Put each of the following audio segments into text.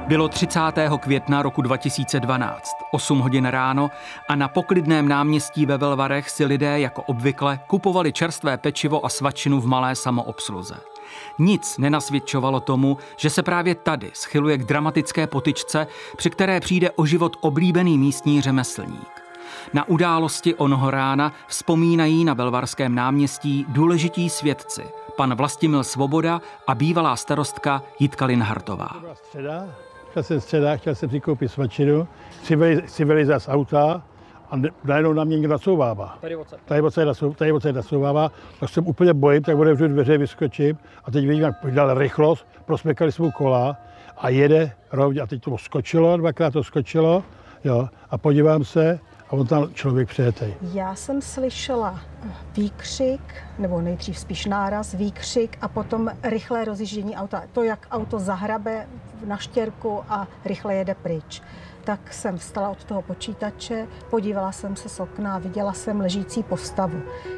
Bylo 30. května roku 2012, 8 hodin ráno a na Poklidném náměstí ve Velvarech si lidé jako obvykle kupovali čerstvé pečivo a svačinu v malé samoobsluze. Nic nenasvědčovalo tomu, že se právě tady schyluje k dramatické potyčce, při které přijde o život oblíbený místní řemeslník. Na události onoho rána vzpomínají na Velvarském náměstí důležití svědci, pan Vlastimil Svoboda a bývalá starostka Jitka Linhartová. Chtěl jsem si koupit svačinu, si vylezat z auta a najednou na mě někdo nacouvává. Tady odsaď nacouvává, tak jsem úplně bojím, tak otevřu dveře, vyskočím a teď vidím, jak dal rychlost, prosmekali svou kola a jede rovně a teď to skočilo, dvakrát to skočilo, jo, a podívám se a on tam člověk přejetej. Já jsem slyšela výkřik, nebo nejdřív spíš náraz, výkřik a potom rychlé rozjíždění auta. To, jak auto zahrabe na štěrku a rychle jede pryč. Tak jsem vstala od toho počítače, podívala jsem se z okna a viděla jsem ležící postavu.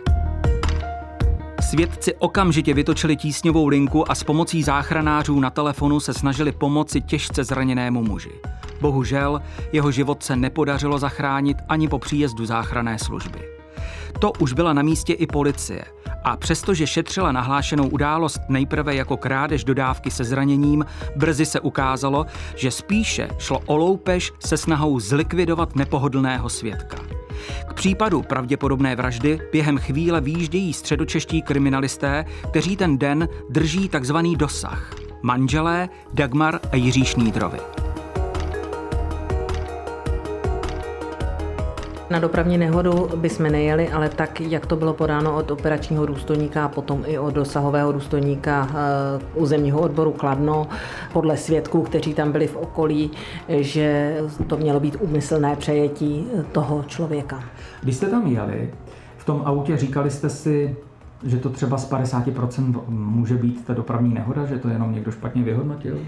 Svědci okamžitě vytočili tísňovou linku a s pomocí záchranářů na telefonu se snažili pomoci těžce zraněnému muži. Bohužel jeho život se nepodařilo zachránit ani po příjezdu záchranné služby. To už byla na místě i policie a přestože šetřila nahlášenou událost nejprve jako krádež dodávky se zraněním, brzy se ukázalo, že spíše šlo o loupež se snahou zlikvidovat nepohodlného svědka. K případu pravděpodobné vraždy během chvíle vyjíždějí středočeští kriminalisté, kteří ten den drží takzvaný dosah. Manželé Dagmar a Jiří Šnídrovi. Na dopravní nehodu bychom nejeli, ale tak, jak to bylo podáno od operačního důstojníka a potom i od dosahového důstojníka územního odboru Kladno, podle svědků, kteří tam byli v okolí, že to mělo být úmyslné přejetí toho člověka. Když jste tam jeli, v tom autě říkali jste si, že to třeba z 50% může být ta dopravní nehoda, že to jenom někdo špatně vyhodnotil?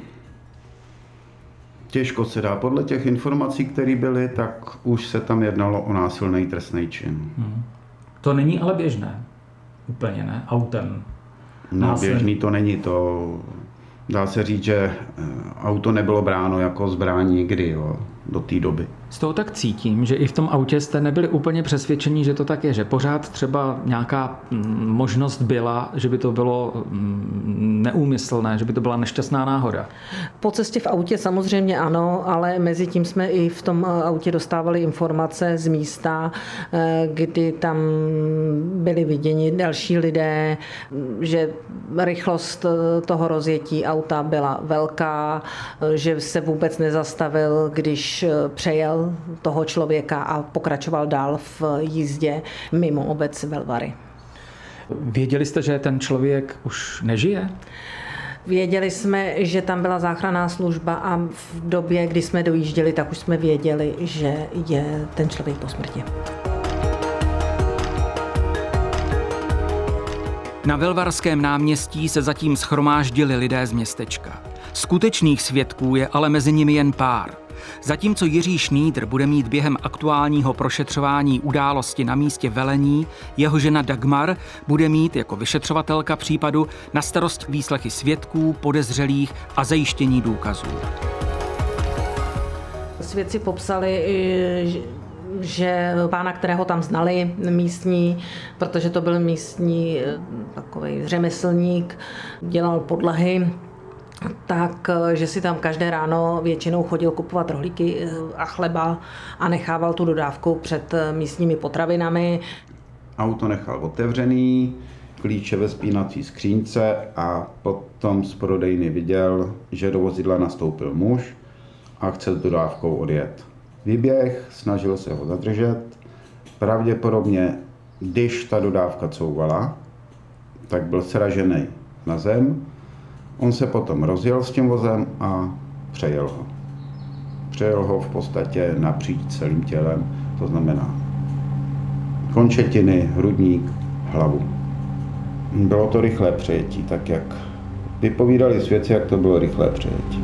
Těžko se dá. Podle těch informací, které byly, tak už se tam jednalo o násilný trestný čin. To není ale běžné. Úplně ne? Autem. No, běžný to není. To dá se říct, že auto nebylo bráno jako zbraň nikdy, jo, do té doby. Z toho tak cítím, že i v tom autě jste nebyli úplně přesvědčení, že to tak je, že pořád třeba nějaká možnost byla, že by to bylo neúmyslné, že by to byla nešťastná náhoda. Po cestě v autě samozřejmě ano, ale mezi tím jsme i v tom autě dostávali informace z místa, kdy tam byli viděni další lidé, že rychlost toho rozjetí auta byla velká, že se vůbec nezastavil, když přejel toho člověka a pokračoval dál v jízdě mimo obec Velvary. Věděli jste, že ten člověk už nežije? Věděli jsme, že tam byla záchranná služba a v době, kdy jsme dojížděli, tak už jsme věděli, že je ten člověk po smrti. Na Velvarském náměstí se zatím shromáždili lidé z městečka. Skutečných svědků je ale mezi nimi jen pár. Zatímco Jiří Šnídr bude mít během aktuálního prošetřování události na místě velení, jeho žena Dagmar bude mít jako vyšetřovatelka případu na starost výslechy svědků, podezřelých a zajištění důkazů. Svědci popsali, že pána, kterého tam znali místní, protože to byl místní takový řemeslník, dělal podlahy, tak, že si tam každé ráno většinou chodil kupovat rohlíky a chleba a nechával tu dodávku před místními potravinami. Auto nechal otevřený, klíče ve spínací skřínce a potom z prodejny viděl, že do vozidla nastoupil muž a chce s dodávkou odjet. Vyběh, snažil se ho zadržet. Pravděpodobně, když ta dodávka couvala, tak byl sražený na zem. On se potom rozjel s tím vozem a přejel ho. Přejel ho v podstatě napříč celým tělem, to znamená končetiny, hrudník, hlavu. Bylo to rychlé přejetí, tak jak vypovídali svědci, jak to bylo rychlé přejetí.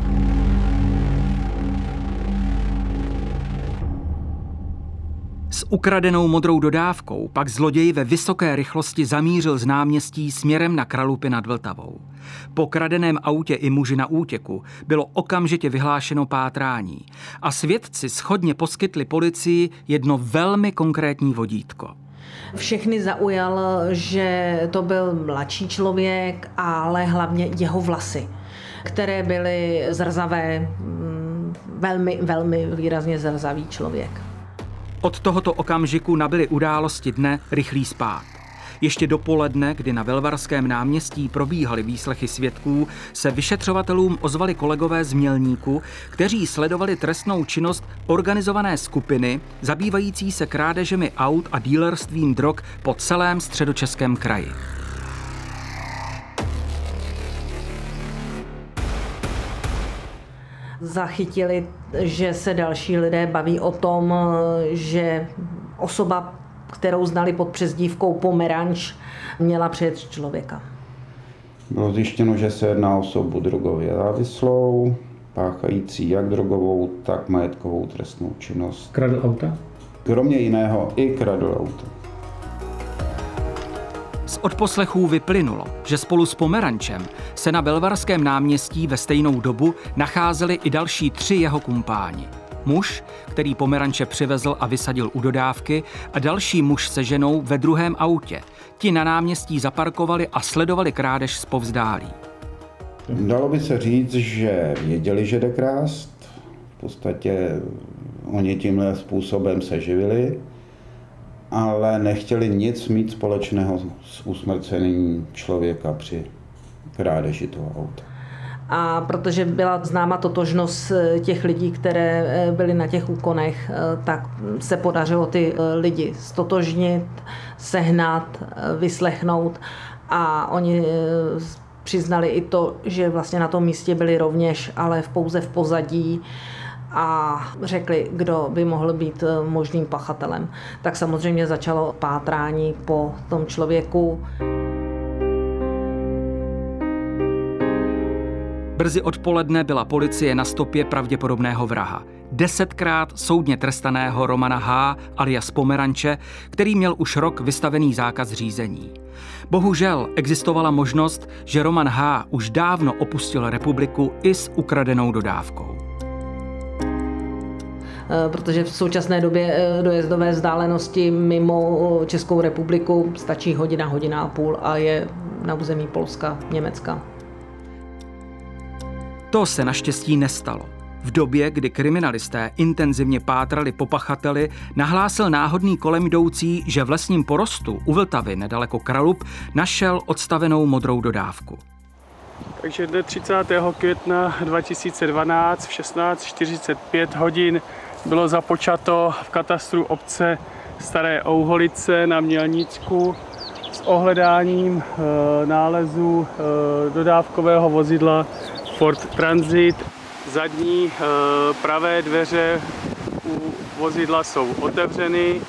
Z S ukradenou modrou dodávkou pak zloděj ve vysoké rychlosti zamířil z náměstí směrem na Kralupy nad Vltavou. Po kradeném autě i muži na útěku bylo okamžitě vyhlášeno pátrání a svědci shodně poskytli policii jedno velmi konkrétní vodítko. Všechny zaujal, že to byl mladší člověk, ale hlavně jeho vlasy, které byly zrzavé, velmi výrazně zrzavý člověk. Od tohoto okamžiku nabyly události dne rychlý spád. Ještě dopoledne, kdy na Velvarském náměstí probíhaly výslechy svědků, se vyšetřovatelům ozvali kolegové z Mělníku, kteří sledovali trestnou činnost organizované skupiny zabývající se krádežemi aut a dílerstvím drog po celém Středočeském kraji. Zachytili, že se další lidé baví o tom, že osoba, kterou znali pod přezdívkou Pomeranč, měla přijet člověka. Bylo zjištěno, že se jedná o osobu drogově závislou, páchající jak drogovou, tak majetkovou trestnou činnost. Kradl auta? Kromě jiného i kradl auta. Z odposlechů vyplynulo, že spolu s Pomerančem se na Velvarském náměstí ve stejnou dobu nacházeli i další 3 jeho kumpáni. Muž, který Pomeranče přivezl a vysadil u dodávky, a další muž se ženou ve druhém autě. Ti na náměstí zaparkovali a sledovali krádež zpovzdálí. Dalo by se říct, že věděli, že jde krást. V podstatě oni tímhle způsobem se živili, ale nechtěli nic mít společného s usmrcením člověka při krádeži toho auta. A protože byla známa totožnost těch lidí, které byly na těch úkonech, tak se podařilo ty lidi stotožnit, sehnat, vyslechnout a oni přiznali i to, že vlastně na tom místě byli rovněž, ale pouze v pozadí a řekli, kdo by mohl být možným pachatelem. Tak samozřejmě začalo pátrání po tom člověku. Brzy odpoledne byla policie na stopě pravděpodobného vraha. 10krát soudně trestaného Romana H. alias Pomeranče, který měl už rok vystavený zákaz řízení. Bohužel existovala možnost, že Roman H. už dávno opustil republiku i s ukradenou dodávkou. Protože v současné době dojezdové vzdálenosti mimo Českou republiku stačí hodina a půl a je na území Polska, Německa. To se naštěstí nestalo. V době, kdy kriminalisté intenzivně pátrali po pachateli, nahlásil náhodný kolem jdoucí, že v lesním porostu u Vltavy nedaleko Kralup našel odstavenou modrou dodávku. Takže dne 30. května 2012 v 16:45 hodin bylo započato v katastru obce Staré Ouholice na Mělnícku s ohledáním nálezu dodávkového vozidla Ford Transit. Zadní pravé dveře u vozidla jsou otevřeny.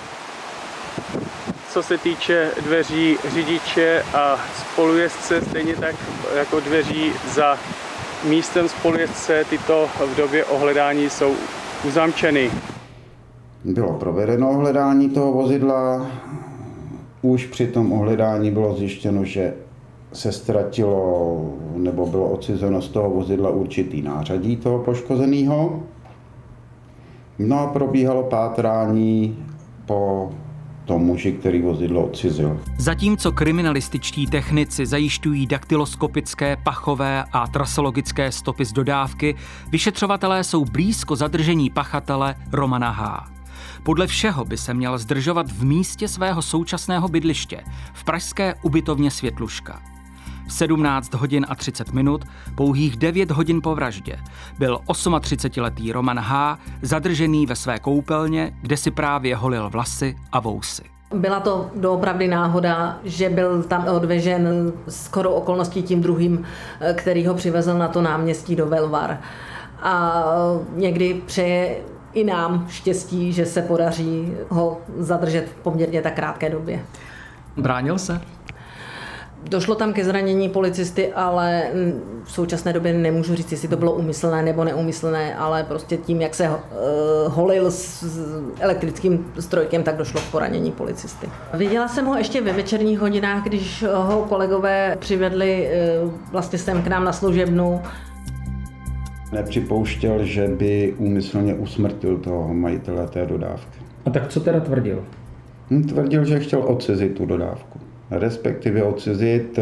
Co se týče dveří řidiče a spolujezdce, stejně tak jako dveří za místem spolujezdce, tyto v době ohledání jsou uzamčeny. Bylo provedeno ohledání toho vozidla. Už při tom ohledání bylo zjištěno, že se ztratilo nebo bylo odcizeno z toho vozidla určitý nářadí toho poškozeného. No a probíhalo pátrání po tom muži, který vozidlo odcizil. Zatímco kriminalističtí technici zajišťují daktyloskopické, pachové a trasologické stopy z dodávky, vyšetřovatelé jsou blízko zadržení pachatele Romana H. Podle všeho by se měl zdržovat v místě svého současného bydliště, v pražské ubytovně Světluška. V 17 hodin a 30 minut, pouhých 9 hodin po vraždě, byl 38letý Roman H. zadržený ve své koupelně, kde si právě holil vlasy a vousy. Byla to doopravdy náhoda, že byl tam odvežen skoro okolností tím druhým, který ho přivezl na to náměstí do Velvar. A někdy přeje i nám štěstí, že se podaří ho zadržet v poměrně tak krátké době. Bránil se? Došlo tam ke zranění policisty, ale v současné době nemůžu říct, jestli to bylo úmyslné nebo neúmyslné, ale prostě tím, jak se holil s elektrickým strojkem, tak došlo k poranění policisty. Viděla jsem ho ještě ve večerních hodinách, když ho kolegové přivedli vlastně sem k nám na služebnu. Nepřipouštěl, že by úmyslně usmrtil toho majitele té dodávky. A tak co teda tvrdil? Tvrdil, že chtěl odcizit tu dodávku. Respektive odcizit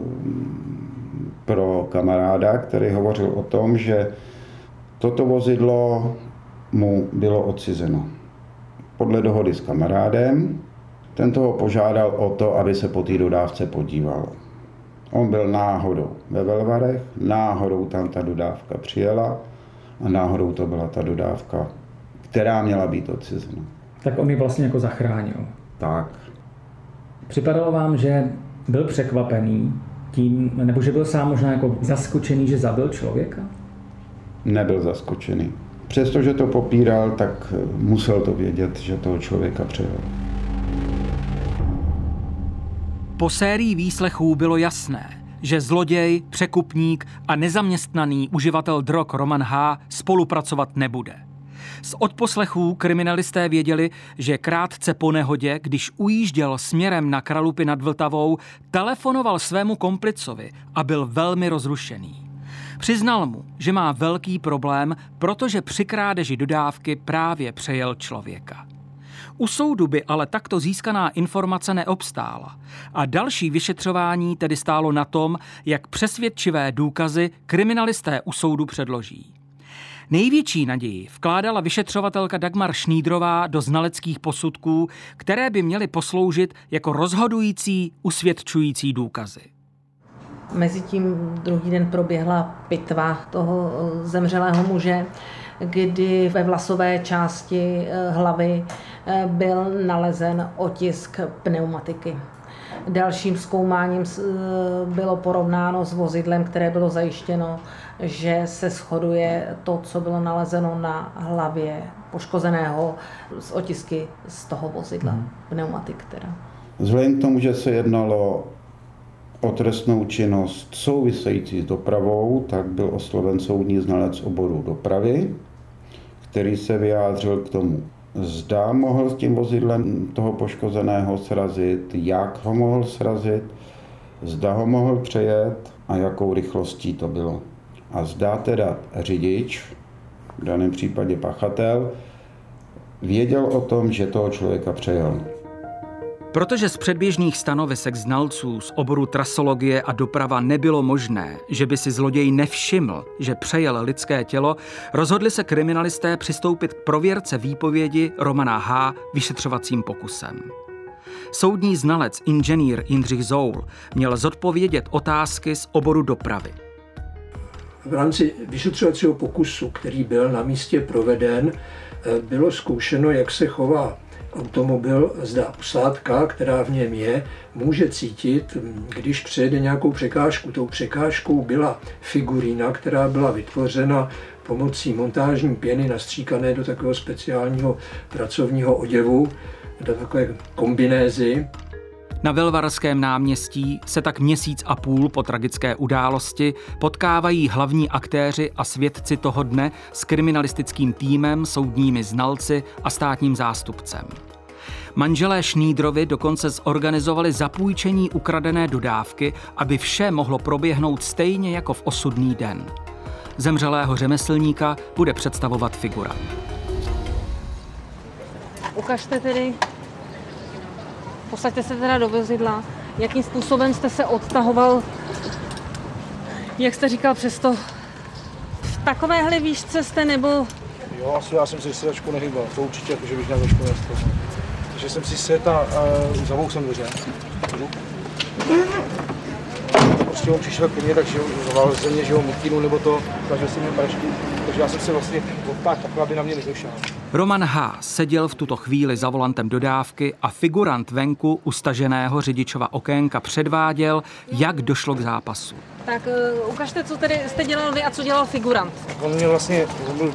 pro kamaráda, který hovořil o tom, že toto vozidlo mu bylo odcizeno. Podle dohody s kamarádem, ten toho požádal o to, aby se po té dodávce podíval. On byl náhodou ve Velvarech, náhodou tam ta dodávka přijela a náhodou to byla ta dodávka, která měla být odcizena. Tak on ji vlastně jako zachránil. Tak. Připadalo vám, že byl překvapený tím, nebo že byl sám možná jako zaskočený, že zabil člověka? Nebyl zaskočený. Přestože to popíral, tak musel to vědět, že toho člověka přejel. Po sérii výslechů bylo jasné, že zloděj, překupník a nezaměstnaný uživatel drog Roman H. spolupracovat nebude. Z odposlechů kriminalisté věděli, že krátce po nehodě, když ujížděl směrem na Kralupy nad Vltavou, telefonoval svému komplicovi a byl velmi rozrušený. Přiznal mu, že má velký problém, protože při krádeži dodávky právě přejel člověka. U soudu by ale takto získaná informace neobstála a další vyšetřování tedy stálo na tom, jak přesvědčivé důkazy kriminalisté u soudu předloží. Největší naději vkládala vyšetřovatelka Dagmar Šnídrová do znaleckých posudků, které by měly posloužit jako rozhodující, usvědčující důkazy. Mezitím druhý den proběhla pitva toho zemřelého muže, kdy ve vlasové části hlavy byl nalezen otisk pneumatiky. Dalším zkoumáním bylo porovnáno s vozidlem, které bylo zajištěno, že se shoduje to, co bylo nalezeno na hlavě poškozeného z otisky z toho vozidla, pneumatik teda. Vzhledem k tomu, že se jednalo o trestnou činnost související s dopravou, tak byl osloven soudní znalec oboru dopravy, který se vyjádřil k tomu, zda mohl s tím vozidlem toho poškozeného srazit, jak ho mohl srazit, zda ho mohl přejet a jakou rychlostí to bylo. A zda teda řidič, v daném případě pachatel, věděl o tom, že toho člověka přejel. Protože z předběžných stanovisek znalců z oboru trasologie a doprava nebylo možné, že by si zloděj nevšiml, že přejel lidské tělo, rozhodli se kriminalisté přistoupit k prověrce výpovědi Romana H. vyšetřovacím pokusem. Soudní znalec inženýr Jindřich Zoul měl zodpovědět otázky z oboru dopravy. V rámci vyšetřovacího pokusu, který byl na místě proveden, bylo zkoušeno, jak se chová automobil, zda posádka, která v něm je, může cítit, když přejede nějakou překážku. Tou překážkou byla figurína, která byla vytvořena pomocí montážní pěny nastříkané do takového speciálního pracovního oděvu, do takové kombinézy. Na Velvarském náměstí se tak měsíc a půl po tragické události potkávají hlavní aktéři a svědci toho dne s kriminalistickým týmem, soudními znalci a státním zástupcem. Manželé Šnídrovi dokonce zorganizovali zapůjčení ukradené dodávky, aby vše mohlo proběhnout stejně jako v osudný den. Zemřelého řemeslníka bude představovat figurant. Ukažte tedy, posaďte se teda do vozidla, jakým způsobem jste se odtahoval, jak jste říkal, přesto v takovéhle výšce jste, nebo? Jo, asi já jsem si sedačku nehybal, to určitě, že bych na trošku nestroval. Takže jsem si set a zavou jsem dveře. Prostě on přišel ke mně, takže zaval ze mě, že ho mikinu nebo to, takže si mě prašky, takže já jsem se vlastně odtáhl takhle, aby na mě nedošel. Roman H. seděl v tuto chvíli za volantem dodávky a figurant venku u staženého řidičova okénka předváděl, jak došlo k zápasu. Tak ukažte, co tedy jste dělal vy a co dělal figurant. On mě vlastně,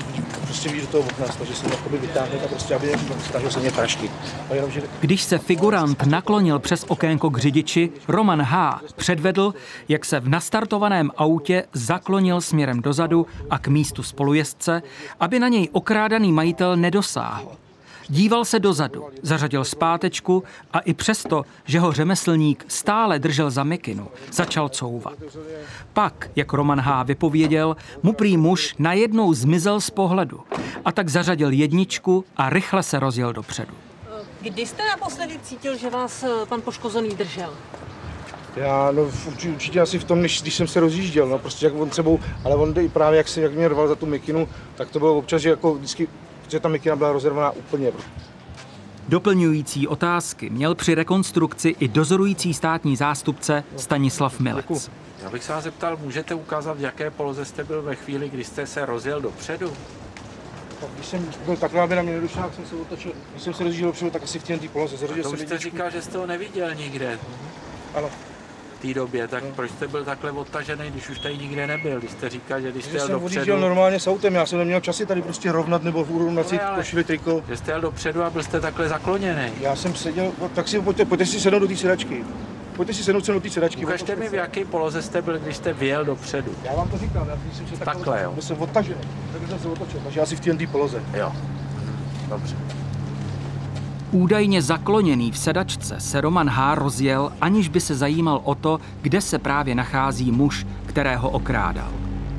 prostě vyjít do toho okna, takže jsem jakoby vytáhnout a prostě, aby snažil se mě praštit. Když se figurant naklonil přes okénko k řidiči, Roman H. předvedl, jak se v nastartovaném autě zaklonil směrem dozadu a k místu spolujezdce, aby na něj okrádaný majitel nedosáhl. Díval se dozadu, zařadil zpátečku a i přesto, že ho řemeslník stále držel za mikinu, začal couvat. Pak, jak Roman H. vypověděl, mu prý muž najednou zmizel z pohledu a tak zařadil jedničku a rychle se rozjel dopředu. Kdy jste naposledy cítil, že vás pan poškozený držel? Já, no určitě asi v tom, když jsem se rozjížděl, no prostě jak on sebou, ale on i právě jak mě rval za tu mikinu, tak to bylo občas, že jako vždycky, že ta mikina byla rozervaná úplně. Doplňující otázky měl při rekonstrukci i dozorující státní zástupce Stanislav Milec. Já bych se vás zeptal, můžete ukázat, v jaké poloze jste byl ve chvíli, kdy jste se rozjel dopředu? Když jsem byl takhle, aby na mě nedošel, jak jsem se otočil, když jsem se rozjížděl dopředu, tak asi v té poloze. To už jste říkal, že jste ho neviděl nikde. Ano. V té době, tak proč jste byl takhle odtažený, když už tady nikde nebyl? Když jste říkal, že když jste jel dopředu... Když jsem odjížděl normálně s autem, já jsem neměl časy tady prostě rovnat nebo urovnat si košili triko. Že jste jel dopředu a byl jste takhle zakloněný. Já jsem seděl, tak si pojďte si sednout do té sedačky. Pojďte si sednout do té sedačky. Ukažte mi, v jaké poloze jste byl, když jste vyjel dopředu. Já vám to říkám, když jsem se takhle, jo. Byl jsem odtažený, tak jsem se otočil, takže asi v té poloze. Jo, dobře. Údajně zakloněný v sedačce se Roman H. rozjel, aniž by se zajímal o to, kde se právě nachází muž, kterého okrádal.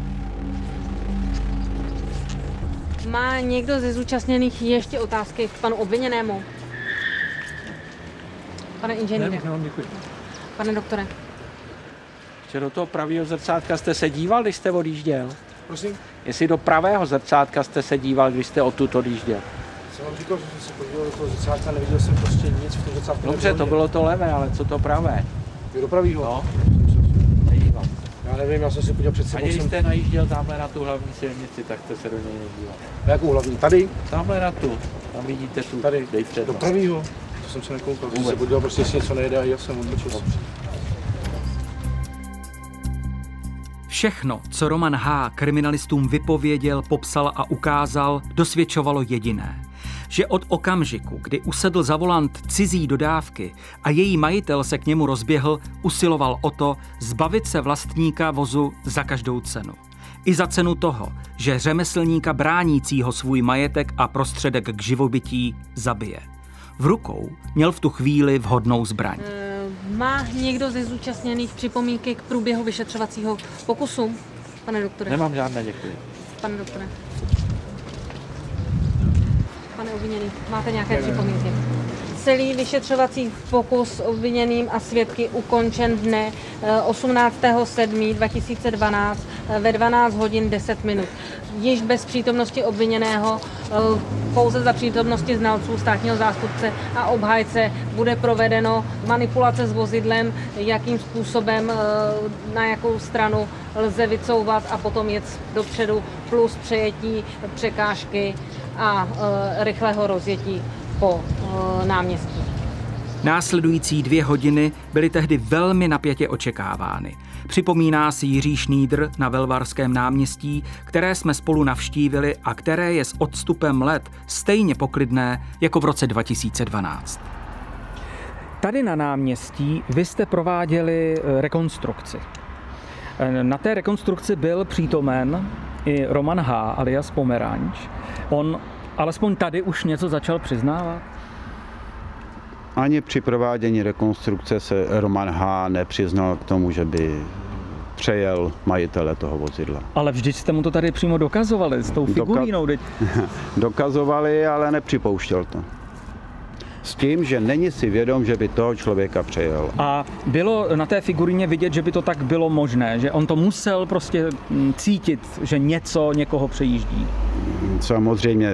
Má někdo ze zúčastněných ještě otázky k panu obviněnému? Pane inženýre. Děkuji. Pane doktore. Že do toho pravého zrcátka jste se díval, když jste odjížděl? Prosím? Jestli do pravého zrcátka jste se díval, když jste odtud odjížděl? Jsem vám říkal, že jsem se podíval do toho zrcátka, neviděl jsem prostě nic v tom zrcátku. Dobře, to bylo to levé, ale co to pravé? Do pravýho? No. Nedíval. Já nevím, já jsem si podíval před sebou. Ani když jste najížděl tamhle na tu hlavní silnici, tak jste se do něj nedíval. A jakou hlavní? Tady? Tamhle na tu. Tam vidíte tu. Tady. Dejte do pravýho? To jsem se nekoukal. Jsem se podíval, prostě jestli něco nejde a já jsem odbočil. Všechno, co Roman H. kriminalistům vypověděl, popsal a ukázal, dosvědčovalo jediné. Že od okamžiku, kdy usedl za volant cizí dodávky a její majitel se k němu rozběhl, usiloval o to zbavit se vlastníka vozu za každou cenu. I za cenu toho, že řemeslníka bránícího svůj majetek a prostředek k živobytí zabije. V rukou měl v tu chvíli vhodnou zbraň. Má někdo ze zúčastněných připomínky k průběhu vyšetřovacího pokusu, pane doktore? Nemám žádné, děkuji. Pane doktore. Pane obviněný, máte nějaké připomínky? Celý vyšetřovací pokus obviněným a svědky ukončen dne 18.7.2012 ve 12 hodin 10 minut. Již bez přítomnosti obviněného, pouze za přítomnosti znalců, státního zástupce a obhájce bude provedeno manipulace s vozidlem, jakým způsobem, na jakou stranu lze vycouvat a potom jet dopředu, plus přejetí překážky a rychlého rozjetí po náměstí. Následující 2 hodiny byly tehdy velmi napětě očekávány. Připomíná si Jiří Šnídr na Velvarském náměstí, které jsme spolu navštívili a které je s odstupem let stejně poklidné jako v roce 2012. Tady na náměstí vy jste prováděli rekonstrukci. Na té rekonstrukci byl přítomen i Roman H. alias Pomeranč. On alespoň tady už něco začal přiznávat? Ani při provádění rekonstrukce se Roman H. nepřiznal k tomu, že by přejel majitele toho vozidla. Ale vždyť jste mu to tady přímo dokazovali s tou figurínou. Dokazovali, ale nepřipouštěl to. S tím, že není si vědom, že by toho člověka přejel. A bylo na té figuríně vidět, že by to tak bylo možné, že on to musel prostě cítit, že někoho přejíždí? Samozřejmě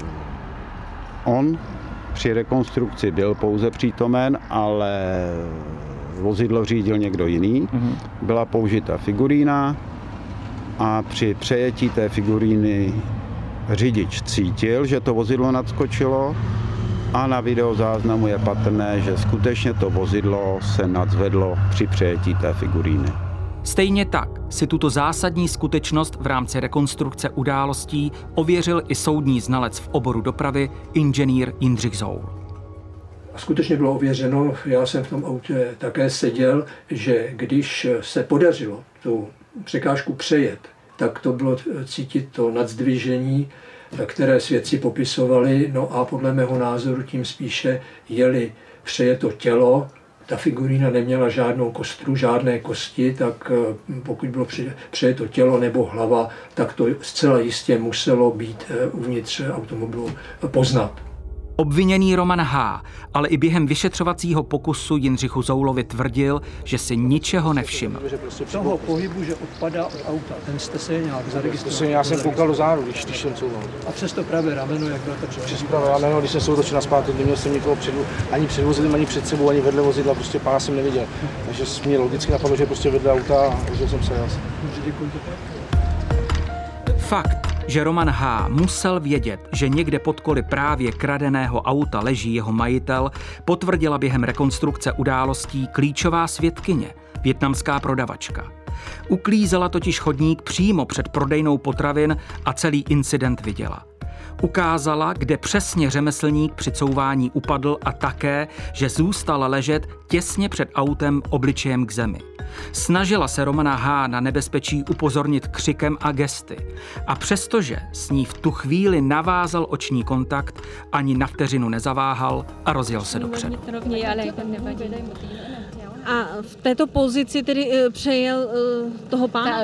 on při rekonstrukci byl pouze přítomen, ale vozidlo řídil někdo jiný. Byla použita figurína a při přejetí té figuríny řidič cítil, že to vozidlo nadskočilo a na videozáznamu je patrné, že skutečně to vozidlo se nadzvedlo při přejetí té figuríny. Stejně tak si tuto zásadní skutečnost v rámci rekonstrukce událostí ověřil i soudní znalec v oboru dopravy inženýr Jindřich Zoul. Skutečně bylo ověřeno, já jsem v tom autě také seděl, že když se podařilo tu překážku přejet, tak to bylo cítit to nadzdvižení, které svědci popisovali, no a podle mého názoru tím spíše jeli přejeto tělo, ta figurína neměla žádnou kostru, žádné kosti, tak pokud bylo přejeto tělo nebo hlava, tak to zcela jistě muselo být uvnitř automobilu poznat. Obviněný Roman H. ale i během vyšetřovacího pokusu Jindřichu Zoulovi tvrdil, že si ničeho nevšiml. Toho pohybu, že odpadá od auta, ten jste se nějak zaregistroval? Já jsem koukal do zádu, když jsem couval. A přes to pravé rameno, jak byla ta překážka? Přes pravé rameno, když jsem se otočil nazpátek, neměl jsem nikoho ani před vozidlem, ani před sebou, ani vedle vozidla, prostě pána jsem neviděl. Takže mě logicky napadlo, že prostě vedle auta a užil jsem se jas. Fakt, že Roman H. musel vědět, že někde pod koly právě kradeného auta leží jeho majitel, potvrdila během rekonstrukce událostí klíčová svědkyně, vietnamská prodavačka. Uklízela totiž chodník přímo před prodejnou potravin a celý incident viděla. Ukázala, kde přesně řemeslník při couvání upadl a také, že zůstal ležet těsně před autem obličejem k zemi. Snažila se Romana H. na nebezpečí upozornit křikem a gesty. A přestože s ní v tu chvíli navázal oční kontakt, ani na vteřinu nezaváhal a rozjel se dopředu. A v této pozici tedy přejel toho pána?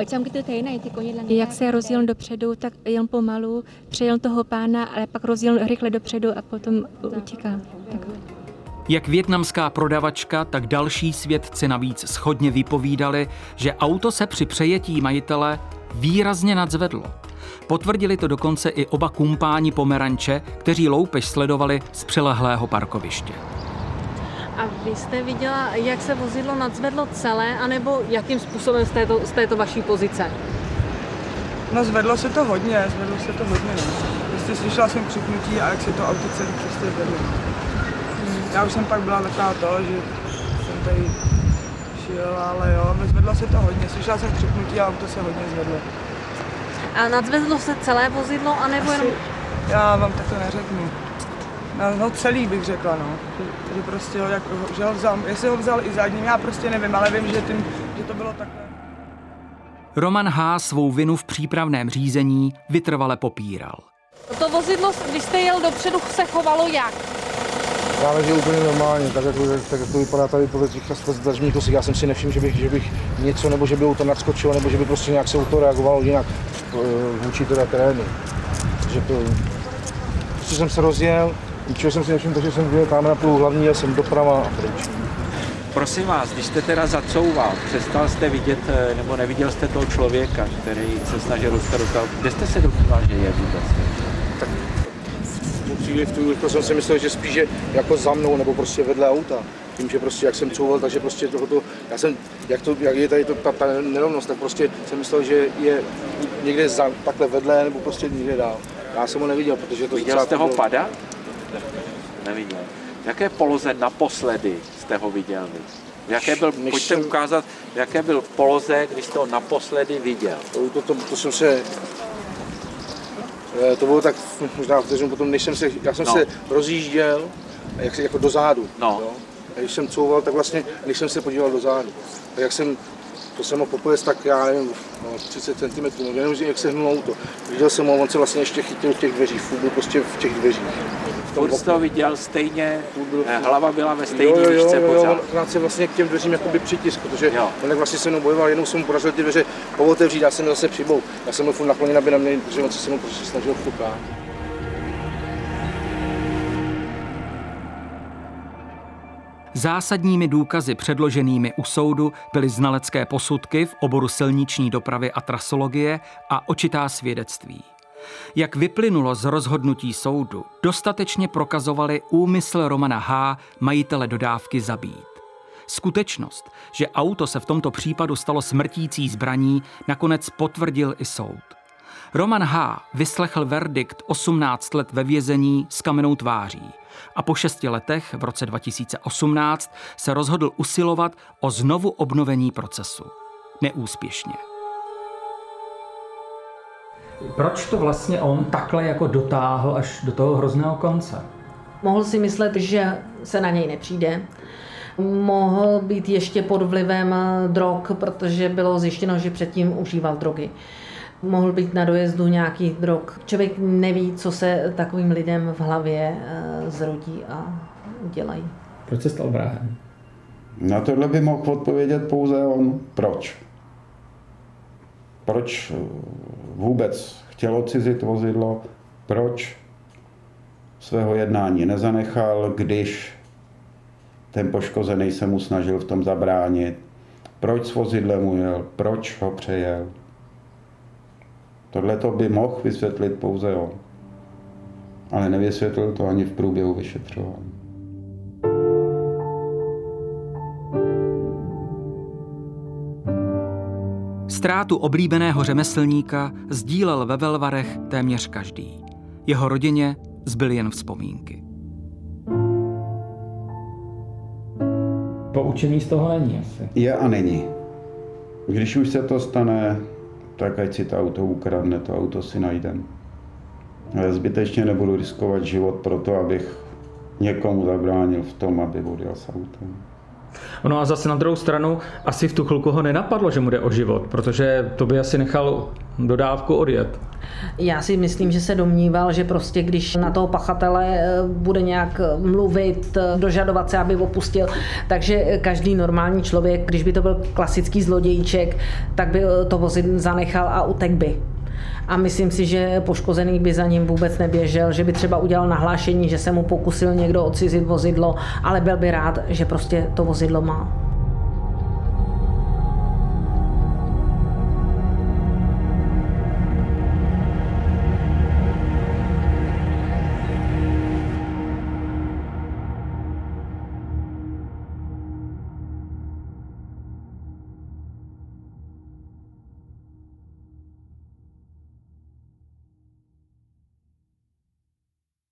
Jak se rozjel dopředu, tak jen pomalu přejel toho pána, ale pak rozjel rychle dopředu a potom utíkal. Jak vietnamská prodavačka, tak další svědci navíc shodně vypovídali, že auto se při přejetí majitele výrazně nadzvedlo. Potvrdili to dokonce i oba kumpáni Pomeranče, kteří loupež sledovali z přilehlého parkoviště. A vy jste viděla, jak se vozidlo nadzvedlo celé, anebo jakým způsobem z této vaší pozice? No zvedlo se to hodně. No. Prostě slyšela jsem křiknutí a jak se to auto celé prostě zvedlo. Já už jsem pak byla taková to, že jsem tady šílela, ale jo, zvedlo se to hodně. Slyšela jsem křiknutí a auto se hodně zvedlo. A nadzvedlo se celé vozidlo, anebo jenom... Já vám tak to neřeknu. No celý bych řekla, no. Že prostě že ho vzal, jestli ho vzal i zadním, já prostě nevím, ale vím, že to bylo takhle. Roman H. svou vinu v přípravném řízení vytrvale popíral. To vozidlo, když jste jel dopředu, se chovalo jak? Já myslím, že úplně normálně, tak jak to vypadá tady podle těch zdržních kosí. Já jsem si nevšiml, že bych něco, nebo že by auto nadskočilo, nebo že by prostě nějak se auto reagovalo jinak vůči teda terénu. Takže to... Prostě jsem se rozjel, ničeho jsem si nevšiml, takže jsem viděl tam na půl hlavní, jel jsem doprava a pryč. Prosím vás, když jste teda zacouval, přestal jste vidět, nebo neviděl jste toho člověka, který se snažil dostat, kde jste se domníval, že je vůbec? Tak v tu chvíli jsem si myslel, že spíš je jako za mnou, nebo prostě vedle auta. Tím, že prostě jak jsem couval, takže prostě tohoto, jak je tady ta nerovnost, tak prostě jsem myslel, že je někde takhle vedle, nebo prostě někde dál. Já jsem ho neviděl, protože to... Viděl jste ho padat? Neviděl. V jaké poloze naposledy jste ho viděl vy? Pojďte ukázat, v jaké byl poloze, když jste ho naposledy viděl. To jsem se... To bylo tak možná vteřinu potom, než jsem se rozjížděl jako do zádu. No. A když jsem couval, tak vlastně, když jsem se podíval do zádu, tak jak jsem, to jsem ho poples, tak já nevím, 30 cm, nevím, jak se hnul auto. Viděl jsem ho, on se vlastně ještě chytil v těch dveřích, byl prostě v těch dveřích. Furt jste ho viděl stejně, hlava byla ve stejné výšce pořád. Jo, on se vlastně k těm dveřím jakoby přitisk, protože on vlastně se mnou bojoval, jednou jsem mu podařil ty dveře pootevřít, já jsem zase přibou. Já jsem byl furt nakloněn, aby na mě, protože on se mnou prostě snažil furt brát. Zásadními důkazy předloženými u soudu byly znalecké posudky v oboru silniční dopravy a trasologie a očitá svědectví. Jak vyplynulo z rozhodnutí soudu, dostatečně prokazovali úmysl Romana H., majitele dodávky, zabít. Skutečnost, že auto se v tomto případu stalo smrtící zbraní, nakonec potvrdil i soud. Roman H. vyslechl verdikt 18 let ve vězení s kamennou tváří a po 6 letech v roce 2018 se rozhodl usilovat o znovu obnovení procesu. Neúspěšně. Proč to vlastně on takhle jako dotáhl až do toho hrozného konce? Mohl si myslet, že se na něj nepřijde. Mohl být ještě pod vlivem drog, protože bylo zjištěno, že předtím užíval drogy. Mohl být na dojezdu nějakých drog. Člověk neví, co se takovým lidem v hlavě zrodí a udělají. Proč se stal vrahem? Na tohle by mohl odpovědět pouze on. Proč? Proč vůbec chtěl odcizit vozidlo? Proč svého jednání nezanechal, když ten poškozený se mu snažil v tom zabránit? Proč s vozidlem ujel? Proč ho přejel? Tohle to by mohl vysvětlit pouze on. Ale nevysvětlil to ani v průběhu vyšetřování. Ztrátu oblíbeného řemeslníka sdílel ve Velvarech téměř každý. Jeho rodině zbyly jen vzpomínky. Poučení z toho není asi. Je a není. Když už se to stane, tak ať si to auto ukradne, to auto si najdem. Ale zbytečně nebudu riskovat život proto, abych někomu zabránil v tom, aby odjel s autem. No a zase na druhou stranu asi v tu chvilku ho nenapadlo, že mu jde o život, protože to by asi nechal dodávku odjet. Já si myslím, že se domníval, že prostě když na toho pachatele bude nějak mluvit, dožadovat se, aby opustil, takže každý normální člověk, když by to byl klasický zlodějíček, tak by to vozidlo zanechal a utek by. A myslím si, že poškozený by za ním vůbec neběžel, že by třeba udělal nahlášení, že se mu pokusil někdo odcizit vozidlo, ale byl by rád, že prostě to vozidlo má.